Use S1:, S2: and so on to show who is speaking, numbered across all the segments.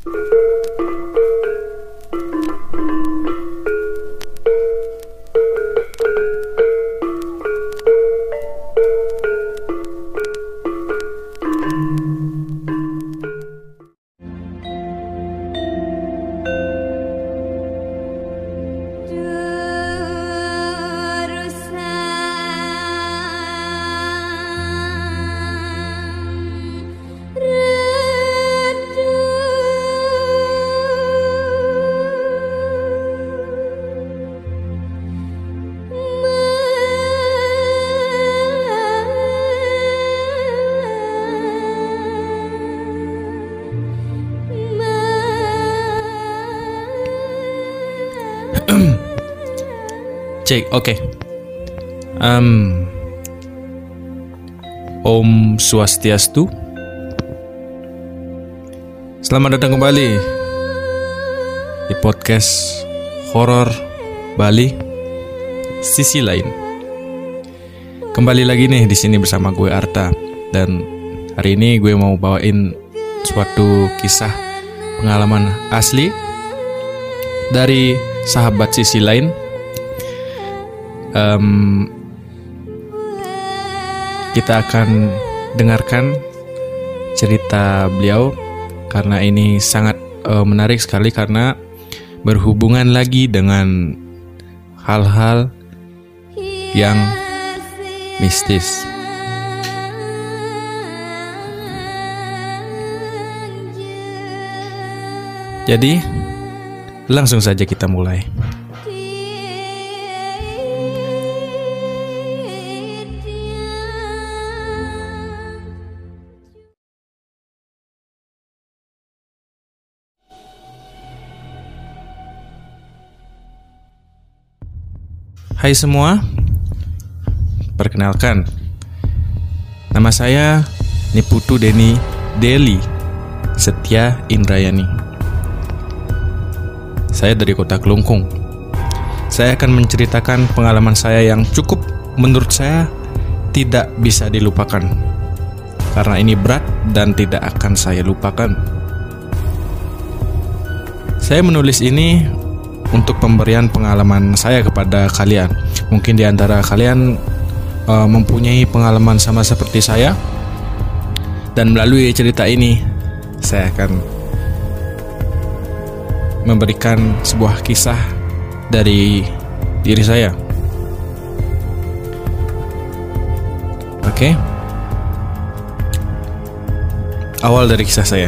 S1: Cek, oke. Om Swastiastu. Selamat datang kembali di podcast horor Bali Sisi Lain. Kembali lagi nih di sini bersama gue Arta, dan hari ini gue mau bawain suatu kisah pengalaman asli dari sahabat sisi lain. Kita akan dengarkan cerita beliau karena ini sangat menarik sekali karena berhubungan lagi dengan hal-hal yang mistis. Jadi, langsung saja kita mulai. Hai semua, perkenalkan, nama saya Niputu Deni Deli Setia Indrayani. Saya dari kota Kelungkung. Saya akan menceritakan pengalaman saya yang cukup menurut saya tidak bisa dilupakan, karena ini berat dan tidak akan saya lupakan. Saya menulis ini untuk pemberian pengalaman saya kepada kalian. Mungkin di antara kalian mempunyai pengalaman sama seperti saya, dan melalui cerita ini saya akan memberikan sebuah kisah dari diri saya. Oke. Awal dari kisah saya.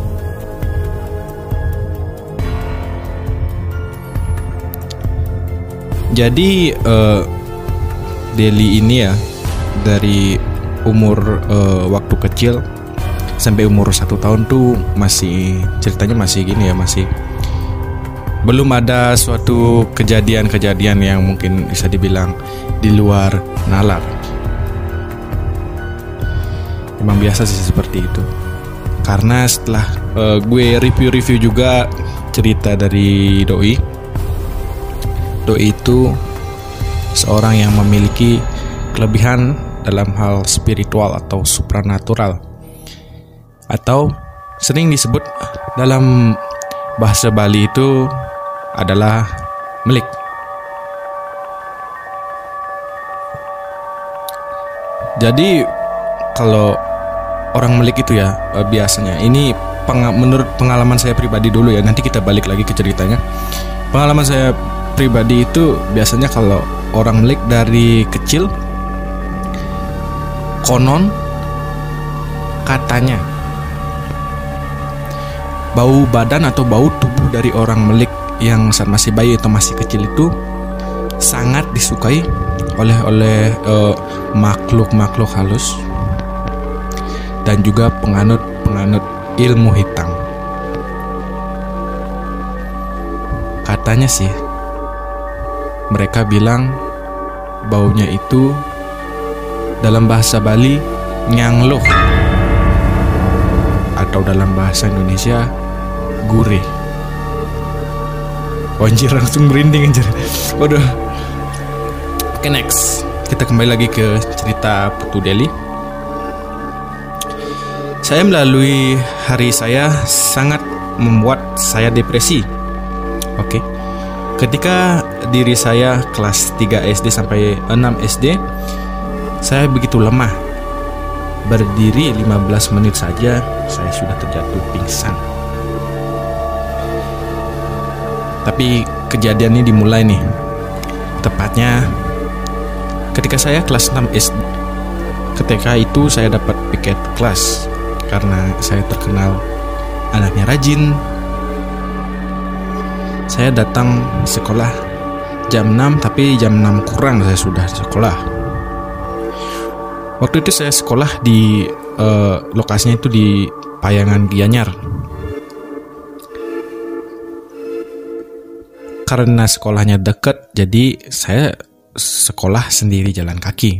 S1: Jadi Deli ini ya, dari umur waktu kecil sampai umur 1 tahun tuh masih ceritanya masih gini ya, masih belum ada suatu kejadian-kejadian yang mungkin bisa dibilang di luar nalar. Emang biasa sih seperti itu. Karena setelah gue review juga cerita dari Doi itu seorang yang memiliki kelebihan dalam hal spiritual atau supranatural, atau sering disebut dalam bahasa Bali itu adalah melik. Jadi kalau orang melik itu ya biasanya ini menurut pengalaman saya pribadi dulu ya, nanti kita balik lagi ke ceritanya. Pengalaman saya pribadi itu biasanya kalau orang melik dari kecil, konon katanya bau badan atau bau tubuh dari orang melik yang saat masih bayi atau masih kecil itu sangat disukai oleh makhluk-makhluk halus dan juga penganut ilmu hitam. Katanya sih, mereka bilang baunya itu dalam bahasa Bali nyangloh, atau dalam bahasa Indonesia gurih. Anjir, langsung merinding anjir. Waduh. Oke, next. Kita kembali lagi ke cerita Putu Deli. Saya melalui hari saya sangat membuat saya depresi. Oke. Ketika diri saya kelas 3 SD sampai 6 SD, saya begitu lemah. Berdiri 15 menit saja saya sudah terjatuh pingsan. Tapi kejadian ini dimulai nih, tepatnya ketika saya kelas 6 SD. Ketika itu saya dapat piket kelas karena saya terkenal anaknya rajin. Saya datang sekolah jam 6, tapi jam 6 kurang saya sudah di sekolah. Waktu itu saya sekolah di lokasinya itu di Payangan Gianyar. Karena sekolahnya dekat, jadi saya sekolah sendiri jalan kaki.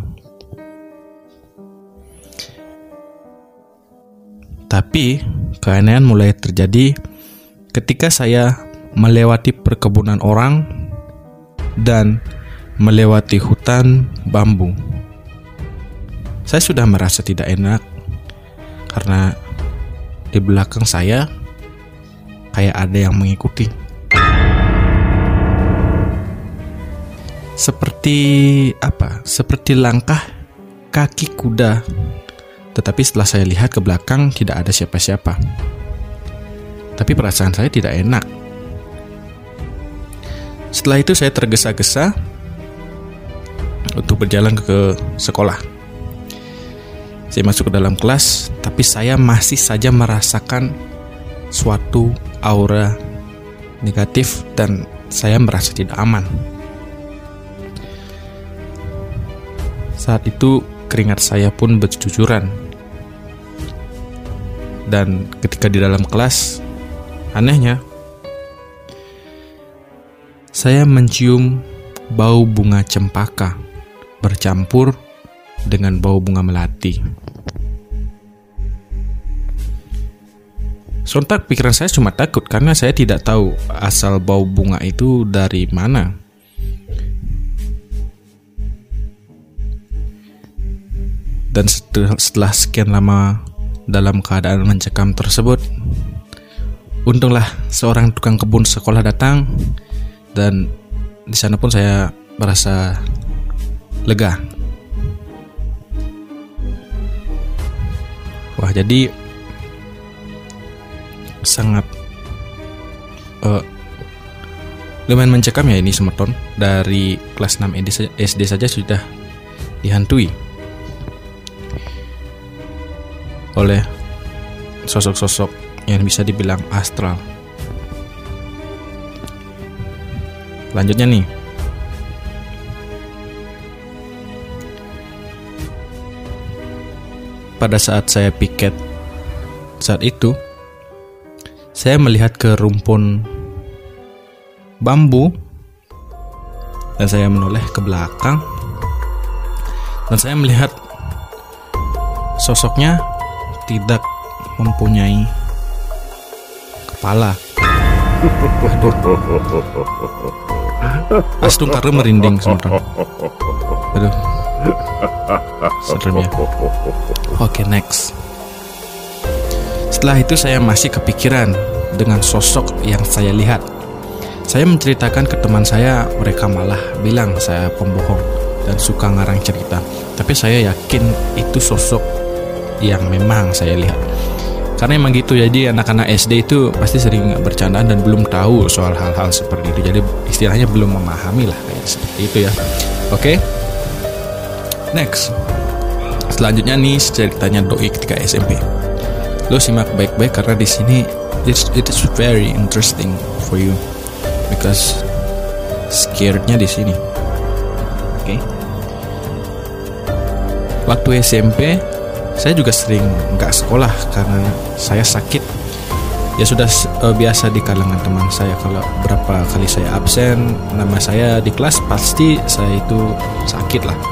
S1: Tapi keanehan mulai terjadi ketika saya melewati perkebunan orang dan melewati hutan bambu. Saya sudah merasa tidak enak karena di belakang saya kayak ada yang mengikuti. Seperti apa? Seperti langkah kaki kuda. Tetapi setelah saya lihat ke belakang tidak ada siapa-siapa. Tapi perasaan saya tidak enak. Setelah itu saya tergesa-gesa untuk berjalan ke sekolah. Saya masuk ke dalam kelas, tapi saya masih saja merasakan suatu aura negatif dan saya merasa tidak aman. Saat itu keringat saya pun bercucuran. Dan ketika di dalam kelas, anehnya saya mencium bau bunga cempaka bercampur dengan bau bunga melati. Sontak pikiran saya cuma takut karena saya tidak tahu asal bau bunga itu dari mana. Dan setelah sekian lama dalam keadaan mencekam tersebut, untunglah seorang tukang kebun sekolah datang. Dan di sana pun saya merasa lega. Wah, jadi sangat lumayan mencekam ya ini Semeton. Dari kelas 6 SD saja sudah dihantui oleh sosok-sosok yang bisa dibilang astral. Lanjutnya nih, pada saat saya piket saat itu, saya melihat ke rumpun bambu dan saya menoleh ke belakang dan saya melihat sosoknya tidak mempunyai kepala. Astung karena merinding sebenarnya. Aduh, serem ya. Oke, next. Setelah itu saya masih kepikiran dengan sosok yang saya lihat. Saya menceritakan ke teman saya, mereka malah bilang saya pembohong dan suka ngarang cerita. Tapi saya yakin itu sosok yang memang saya lihat. Karena emang gitu, jadi anak-anak SD itu pasti sering bercandaan dan belum tahu soal hal-hal seperti itu. Jadi istilahnya belum memahami lah kayak seperti itu ya. Oke. Next. Selanjutnya nih ceritanya Doi ketika SMP. Lo simak baik-baik karena di sini it is very interesting for you because scarednya di sini. Oke. Waktu SMP saya juga sering nggak sekolah karena saya sakit. Ya sudah biasa di kalangan teman saya, kalau berapa kali saya absen, nama saya di kelas pasti saya itu sakit lah.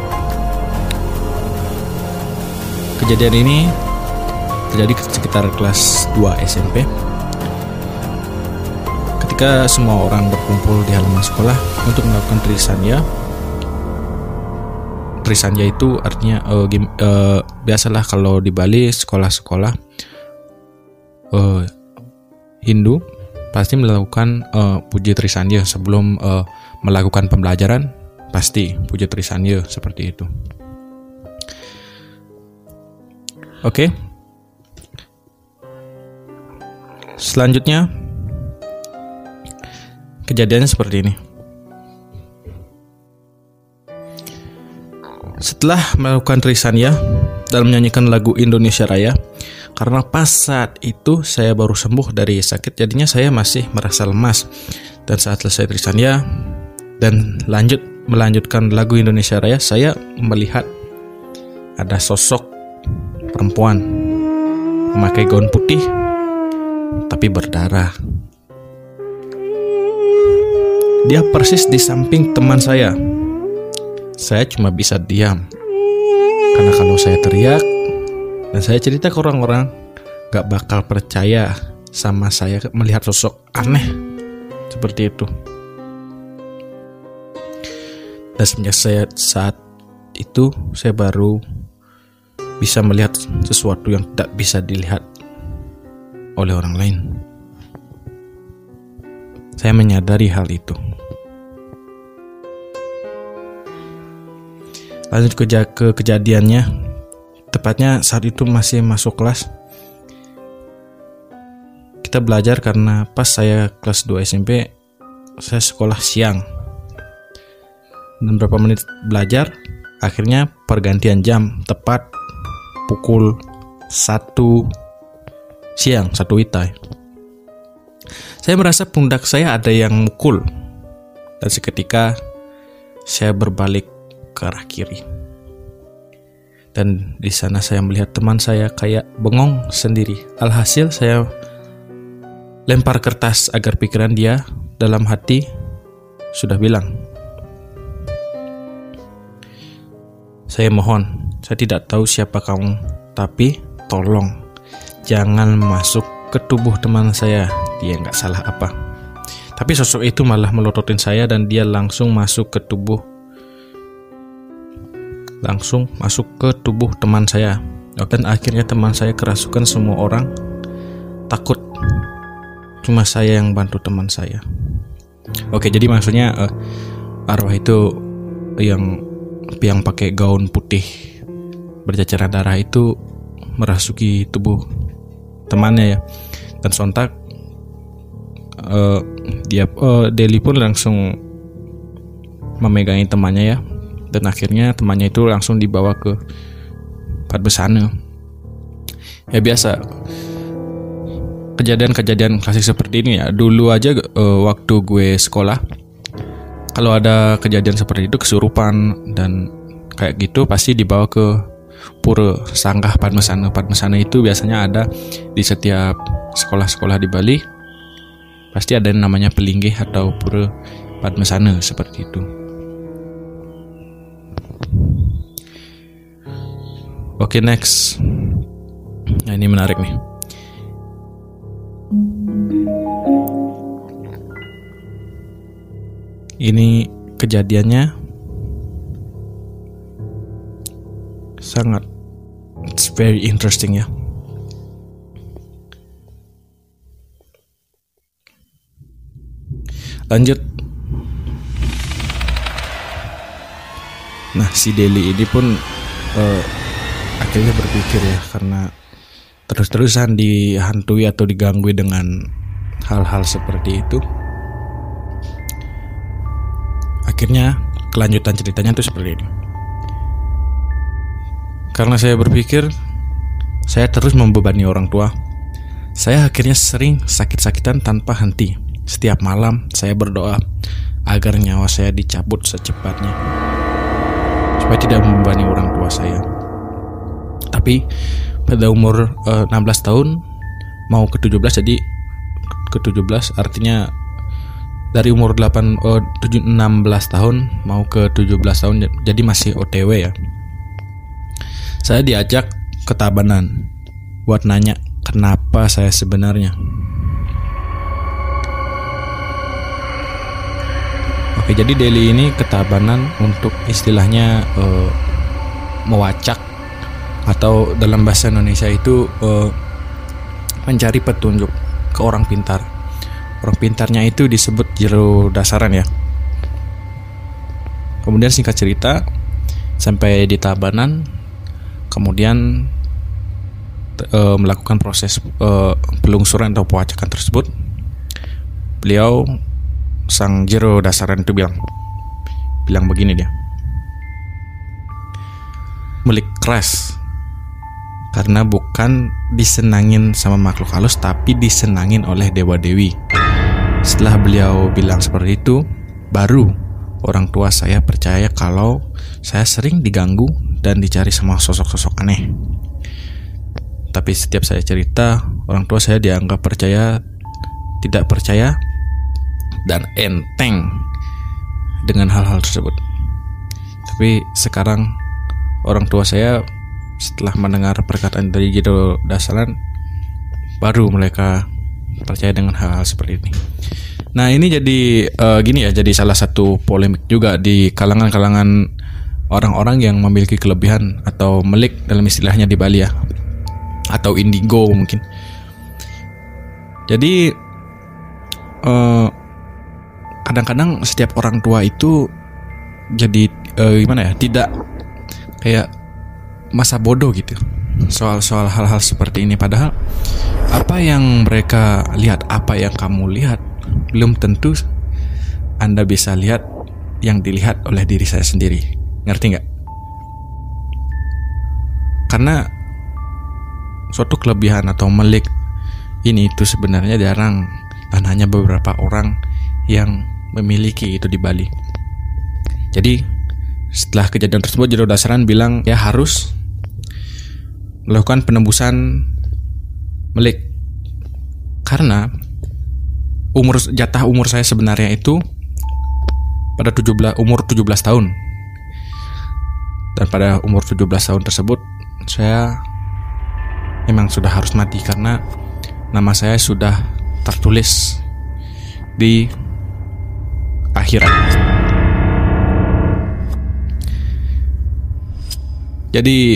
S1: Kejadian ini terjadi sekitar kelas 2 SMP. Ketika semua orang berkumpul di halaman sekolah untuk melakukan trisanya. Trisanya itu artinya biasalah kalau di Bali sekolah-sekolah Hindu pasti melakukan puji Trisandya sebelum melakukan pembelajaran, pasti puji Trisandya seperti itu. Oke. Selanjutnya kejadiannya seperti ini. Setelah melakukan Trisandya dan menyanyikan lagu Indonesia Raya, karena pas saat itu saya baru sembuh dari sakit, jadinya saya masih merasa lemas. Dan saat selesai Trisandya dan melanjutkan lagu Indonesia Raya, saya melihat ada sosok perempuan memakai gaun putih tapi berdarah. Dia persis di samping teman saya. Saya cuma bisa diam, karena kalau saya teriak dan saya cerita ke orang-orang, gak bakal percaya sama saya melihat sosok aneh seperti itu. Dan semenjak saat itu saya baru bisa melihat sesuatu yang tidak bisa dilihat oleh orang lain. Saya menyadari hal itu. Lanjut ke kejadiannya. Tepatnya saat itu masih masuk kelas. Kita belajar karena pas saya kelas 2 SMP, saya sekolah siang. Dan berapa menit belajar, akhirnya pergantian jam tepat pukul 1 siang, 1 WITA. Saya merasa pundak saya ada yang mukul, dan seketika saya berbalik ke arah kiri. Dan di sana saya melihat teman saya kayak bengong sendiri. Alhasil saya lempar kertas agar pikiran dia dalam hati sudah bilang, "Saya mohon, saya tidak tahu siapa kamu, tapi tolong jangan masuk ke tubuh teman saya. Dia gak salah apa." Tapi sosok itu malah melototin saya dan dia langsung masuk ke tubuh teman saya. Dan akhirnya teman saya kerasukan. Semua orang takut, cuma saya yang bantu teman saya. Oke, jadi maksudnya arwah itu yang pakai gaun putih berceceran darah itu merasuki tubuh temannya ya. Dan sontak Deli pun langsung memegangi temannya ya. Dan akhirnya temannya itu langsung dibawa ke Padbesana. Ya biasa, kejadian klasik seperti ini ya. Dulu aja waktu gue sekolah, kalau ada kejadian seperti itu, kesurupan dan kayak gitu, pasti dibawa ke Pura Sanggah Padbesana. Padbesana itu biasanya ada di setiap sekolah-sekolah di Bali. Pasti ada yang namanya Pelinggih atau Pura Padbesana seperti itu. Oke, next. Nah, ini menarik nih. Ini kejadiannya sangat, it's very interesting ya. Lanjut. Nah, si Deli ini pun akhirnya berpikir ya, karena terus-terusan dihantui atau diganggu dengan hal-hal seperti itu. Akhirnya kelanjutan ceritanya tuh seperti ini. Karena saya berpikir saya terus membebani orang tua, saya akhirnya sering sakit-sakitan tanpa henti. Setiap malam saya berdoa agar nyawa saya dicabut secepatnya, supaya tidak membebani orang tua saya. Tapi pada umur 16 tahun mau ke 17, jadi ke 17 artinya dari umur 16 tahun mau ke 17 tahun, jadi masih OTW ya. Saya diajak ke Tabanan buat nanya kenapa saya sebenarnya. Oke, jadi Deli ini ke Tabanan untuk istilahnya mewacak, atau dalam bahasa Indonesia itu mencari petunjuk. ke orang pintar. Orang pintarnya itu disebut Jero Dasaran ya. Kemudian singkat cerita, sampai di Tabanan, kemudian melakukan proses pelungsuran atau pelacakan tersebut. Beliau, sang Jero Dasaran itu bilang begini dia, Melik keras karena bukan disenangin sama makhluk halus, tapi disenangin oleh dewa dewi. Setelah beliau bilang seperti itu, baru orang tua saya percaya kalau saya sering diganggu dan dicari sama sosok-sosok aneh. Tapi setiap saya cerita, orang tua saya dianggap tidak percaya dan enteng dengan hal-hal tersebut. Tapi sekarang orang tua saya setelah mendengar perkataan dari Jero Dasaran, baru mereka percaya dengan hal-hal seperti ini. Nah, ini jadi jadi salah satu polemik juga di kalangan orang-orang yang memiliki kelebihan atau melik dalam istilahnya di Bali ya, atau indigo mungkin. Jadi kadang-kadang setiap orang tua itu jadi tidak kayak masa bodoh gitu soal hal-hal seperti ini. Padahal apa yang mereka lihat, apa yang kamu lihat, belum tentu Anda bisa lihat yang dilihat oleh diri saya sendiri. Ngerti nggak? Karena suatu kelebihan atau melik ini itu sebenarnya jarang dan hanya beberapa orang yang memiliki itu di Bali. Jadi setelah kejadian tersebut, Jero Dasaran bilang ya harus melakukan penembusan melik, karena jatah umur saya sebenarnya itu pada umur 17 tahun. Dan pada umur 17 tahun tersebut saya memang sudah harus mati karena nama saya sudah tertulis di akhirat. Jadi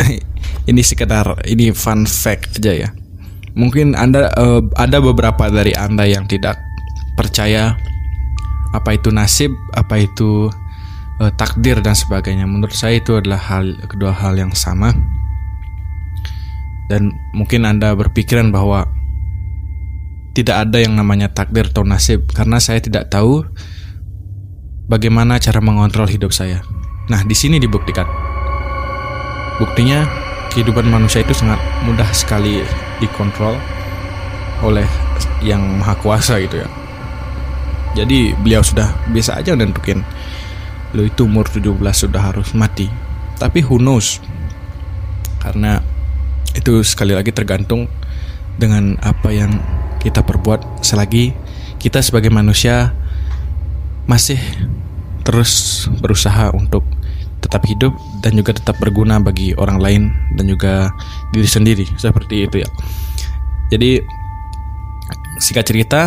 S1: ini fun fact aja ya. Mungkin ada beberapa dari Anda yang tidak percaya apa itu nasib, apa itu takdir dan sebagainya. Menurut saya itu adalah kedua hal yang sama. Dan mungkin Anda berpikiran bahwa tidak ada yang namanya takdir atau nasib, karena saya tidak tahu bagaimana cara mengontrol hidup saya. Nah, di sini dibuktikan. Buktinya kehidupan manusia itu sangat mudah sekali dikontrol oleh yang maha kuasa gitu ya. Jadi beliau sudah biasa aja nentukin lo itu umur 17 sudah harus mati. Tapi who knows, karena itu sekali lagi tergantung dengan apa yang kita perbuat selagi kita sebagai manusia masih terus berusaha untuk tetap hidup dan juga tetap berguna bagi orang lain dan juga diri sendiri, seperti itu ya. Jadi singkat cerita,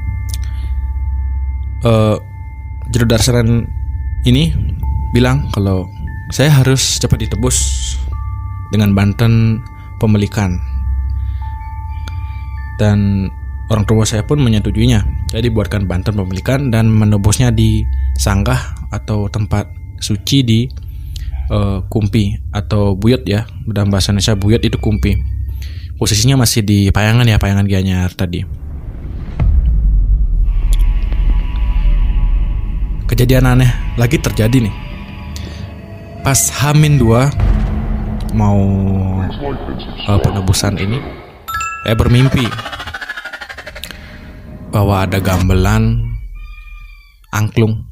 S1: Jero Dasaran ini bilang kalau saya harus cepat ditebus dengan banten pemelikan, dan orang tua saya pun menyetujuinya. Saya dibuatkan banten pemelikan dan menebusnya di sanggah atau tempat suci di Kumpi atau Buyut ya. Dalam bahasa Indonesia Buyut itu Kumpi. Posisinya masih di Payangan ya, Payangan Gianyar tadi. Kejadian aneh lagi terjadi nih. Pas H-2 mau penebusan ini, saya bermimpi bahwa ada gamelan angklung,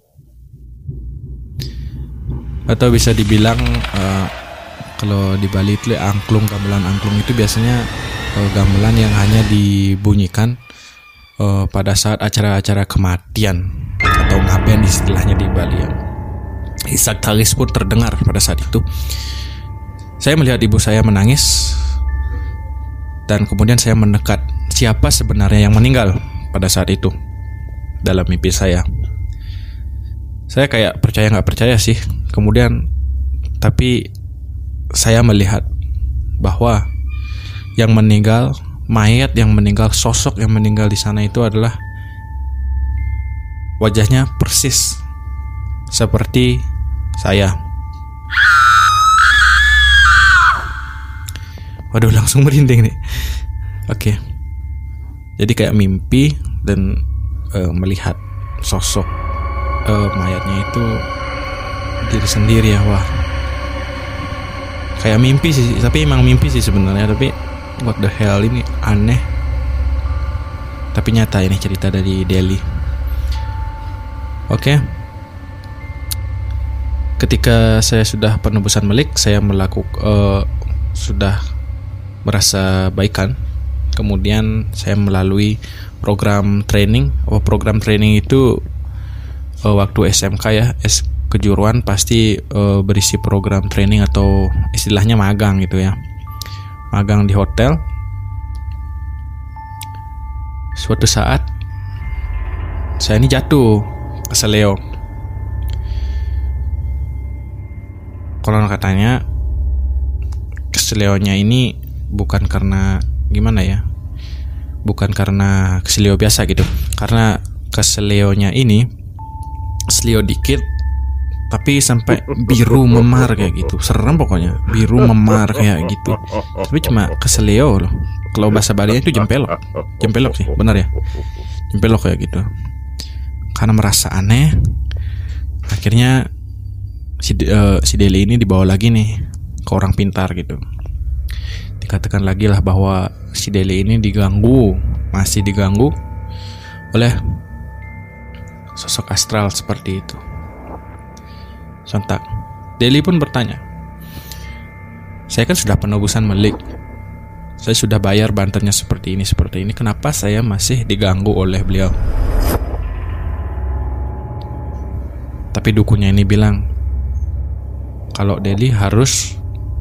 S1: atau bisa dibilang kalau di Bali itu gamelan angklung itu biasanya gamelan yang hanya dibunyikan pada saat acara-acara kematian atau ngaben istilahnya di Bali ya. Isak tangis pun terdengar pada saat itu. Saya melihat ibu saya menangis, dan kemudian saya mendekat siapa sebenarnya yang meninggal pada saat itu dalam mimpi saya. Saya kayak percaya nggak percaya sih. Kemudian tapi saya melihat bahwa yang meninggal mayat yang meninggal, sosok yang meninggal di sana itu adalah wajahnya persis seperti saya. Waduh, langsung merinding nih. Oke. Jadi kayak mimpi dan melihat sosok mayatnya itu diri sendiri ya. Wah, kayak mimpi sih, tapi emang mimpi sih sebenarnya. Tapi what the hell, ini aneh. Tapi nyata ini cerita dari Delhi. Oke. Ketika saya sudah penebusan melik, saya sudah merasa baikan. Kemudian saya melalui program training. Program training itu waktu SMK ya, kejuruan pasti berisi program training atau istilahnya magang gitu ya. Magang di hotel. Suatu saat saya ini jatuh keseleo. Konon katanya keseleonya ini bukan karena gimana ya, bukan karena keseleo biasa gitu. Karena keseleonya ini seleo dikit tapi sampai biru memar kayak gitu. Serem pokoknya, biru memar kayak gitu. Tapi cuma keseleo loh. Kalau bahasa Bali itu jempelok. Jempelok sih, benar ya. Jempelok kayak gitu. Karena merasa aneh, akhirnya si Deli ini dibawa lagi nih ke orang pintar gitu. Dikatakan lagi lah bahwa si Deli ini masih diganggu oleh sosok astral seperti itu. Sontak Deli pun bertanya, saya kan sudah penebusan melik, saya sudah bayar banternya seperti ini, kenapa saya masih diganggu oleh beliau? Tapi dukunnya ini bilang kalau Deli harus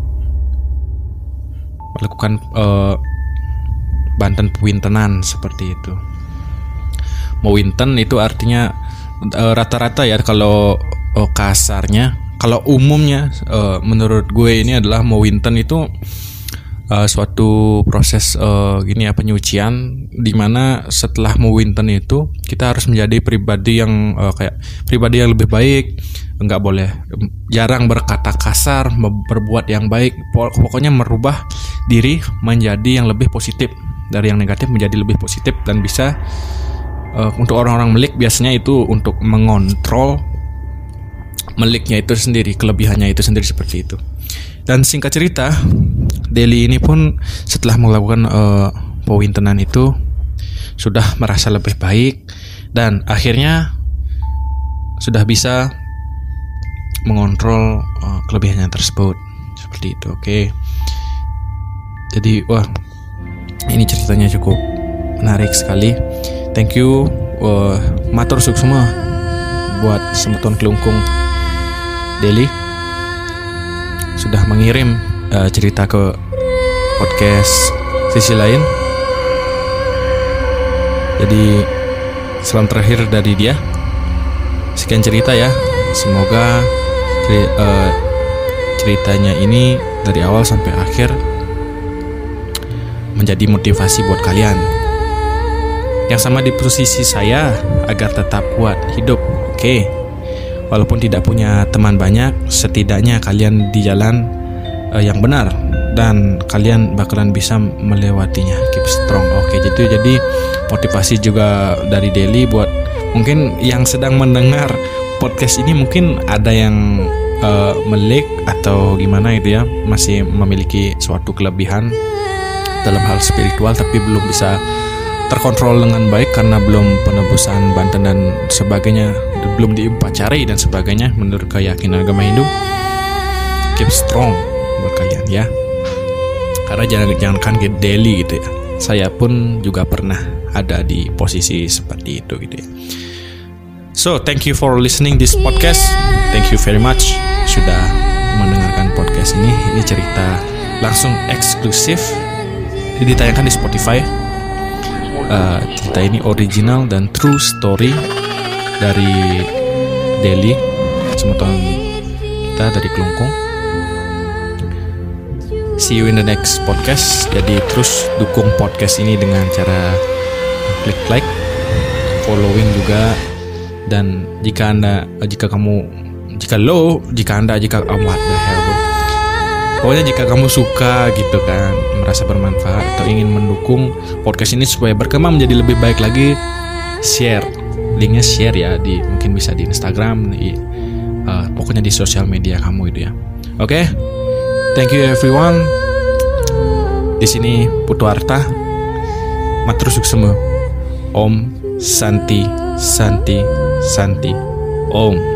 S1: melakukan banten pewintenan seperti itu. Mewinten itu artinya rata-rata ya, kalau kasarnya, kalau umumnya menurut gue ini adalah mewinten itu suatu proses penyucian, dimana setelah mewinten itu kita harus menjadi pribadi yang pribadi yang lebih baik. Enggak boleh, jarang berkata kasar, berbuat yang baik, pokoknya merubah diri menjadi yang lebih positif, dari yang negatif menjadi lebih positif. Dan bisa untuk orang-orang melik biasanya itu untuk mengontrol meliknya itu sendiri, kelebihannya itu sendiri seperti itu. Dan singkat cerita, Deli ini pun setelah melakukan pewintenan itu sudah merasa lebih baik dan akhirnya sudah bisa mengontrol kelebihannya tersebut seperti itu. Oke. Jadi ini ceritanya cukup menarik sekali. Thank you, matur suksema buat Semeton Kelungkung Deli sudah mengirim cerita ke podcast sisi lain. Jadi salam terakhir dari dia. Sekian cerita ya. Semoga ceritanya ini dari awal sampai akhir menjadi motivasi buat kalian yang sama di posisi saya agar tetap kuat hidup. Oke. Walaupun tidak punya teman banyak, setidaknya kalian di jalan yang benar dan kalian bakalan bisa melewatinya. Keep strong. Oke, jadi motivasi juga dari Deli buat mungkin yang sedang mendengar podcast ini, mungkin ada yang melik atau gimana gitu ya, masih memiliki suatu kelebihan dalam hal spiritual tapi belum bisa terkontrol dengan baik karena belum penebusan banten dan sebagainya, belum diupacari dan sebagainya menurut keyakinan agama Hindu. Keep strong buat kalian ya, karena jangankan ke Deli gitu ya, saya pun juga pernah ada di posisi seperti itu gitu ya. So thank you for listening this podcast. Thank you very much sudah mendengarkan podcast ini. Ini cerita langsung eksklusif ditayangkan di Spotify. Cerita ini original dan true story dari Deli, Semeton kita dari Kelungkung. See you in the next podcast. Jadi terus dukung podcast ini dengan cara klik like, following juga. Dan jika anda what the hell bro. Pokoknya jika kamu suka gitu kan, merasa bermanfaat atau ingin mendukung podcast ini supaya berkembang menjadi lebih baik lagi, share, linknya share ya, mungkin bisa di Instagram, pokoknya di sosial media kamu itu ya. Oke, thank you everyone. Di sini Putu Arta, matur suksema. Om Santi Santi Santi Om.